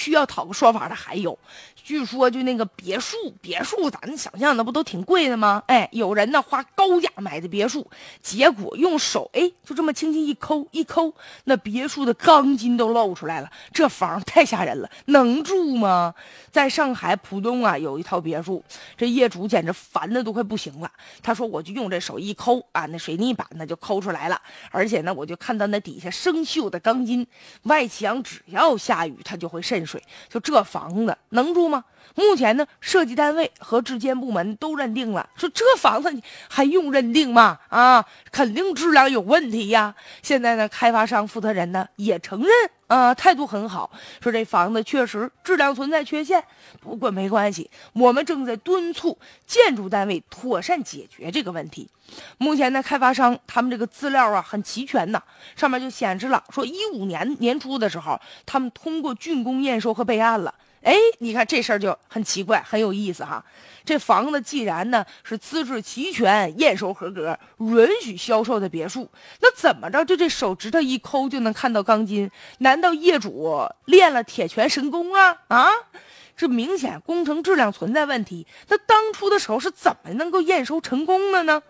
需要讨个说法的还有，据说就那个别墅，咱想象的不都挺贵的吗？哎，有人呢花高价买的别墅，结果用手就这么轻轻一抠，那别墅的钢筋都露出来了，这房太吓人了，能住吗？在上海浦东啊，有一套别墅，这业主简直烦的都快不行了。他说我就用这手一抠啊，那水泥板呢就抠出来了，而且呢我就看到那底下生锈的钢筋，外墙只要下雨它就会渗水，就这房子能住吗？目前呢，设计单位和质监部门都认定了，说这房子你还用认定吗？啊，肯定质量有问题呀。现在呢，开发商负责人呢也承认态度很好，说这房子确实质量存在缺陷，不过没关系，我们正在敦促建筑单位妥善解决这个问题。目前呢，开发商他们这个资料啊很齐全呢，上面就显示了说15年年初的时候，他们通过竣工验收和备案了。你看这事儿就很奇怪，很有意思哈。这房子既然呢是资质齐全、验收合格、允许销售的别墅，那怎么着就这手指头一抠就能看到钢筋？难道业主练了铁拳神功啊？这明显工程质量存在问题，那当初的时候是怎么能够验收成功的呢？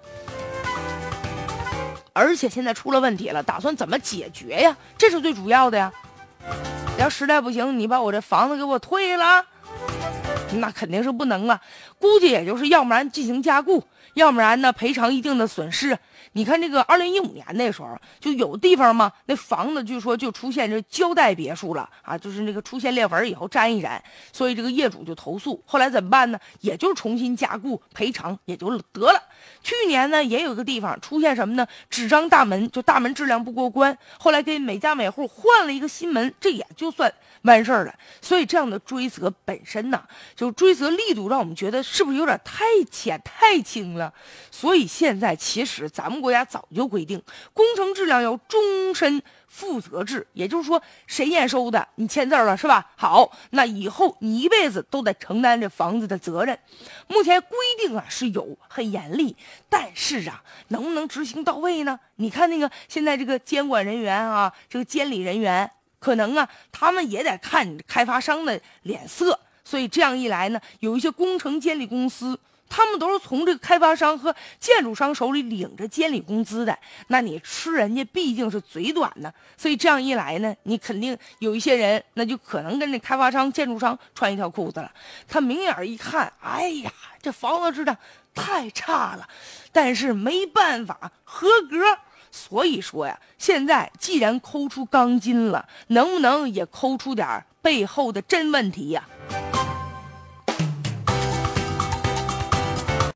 而且现在出了问题了，打算怎么解决呀？这是最主要的呀。要实在不行，你把我这房子给我退了，那肯定是不能了。估计也就是要不然进行加固，要不然呢赔偿一定的损失。你看这个2015年那时候就有地方嘛，那房子据说就出现这胶带别墅了啊，就是那个出现裂纹以后粘一粘，所以这个业主就投诉。后来怎么办呢？也就重新加固赔偿也就得了。去年呢也有个地方出现什么呢？纸张大门，就大门质量不过关，后来给每家每户换了一个新门，这也就算完事儿了。所以这样的追责本身呢，就追责力度让我们觉得是不是有点太浅太轻了？所以现在其实咱们国家早就规定，工程质量要终身负责制，也就是说，谁验收的，你签字了是吧？好，那以后你一辈子都得承担这房子的责任。目前规定啊是有很严厉，但是啊，能不能执行到位呢？你看那个现在这个监管人员啊，这个监理人员，可能啊，他们也得看开发商的脸色。所以这样一来呢，有一些工程监理公司，他们都是从这个开发商和建筑商手里领着监理工资的，那你吃人家毕竟是嘴短呢。所以这样一来呢，你肯定有一些人，那就可能跟这开发商、建筑商穿一条裤子了。他明眼一看，哎呀，这房子质量太差了，但是没办法，合格。所以说呀，现在既然抠出钢筋了，能不能也抠出点背后的真问题呀？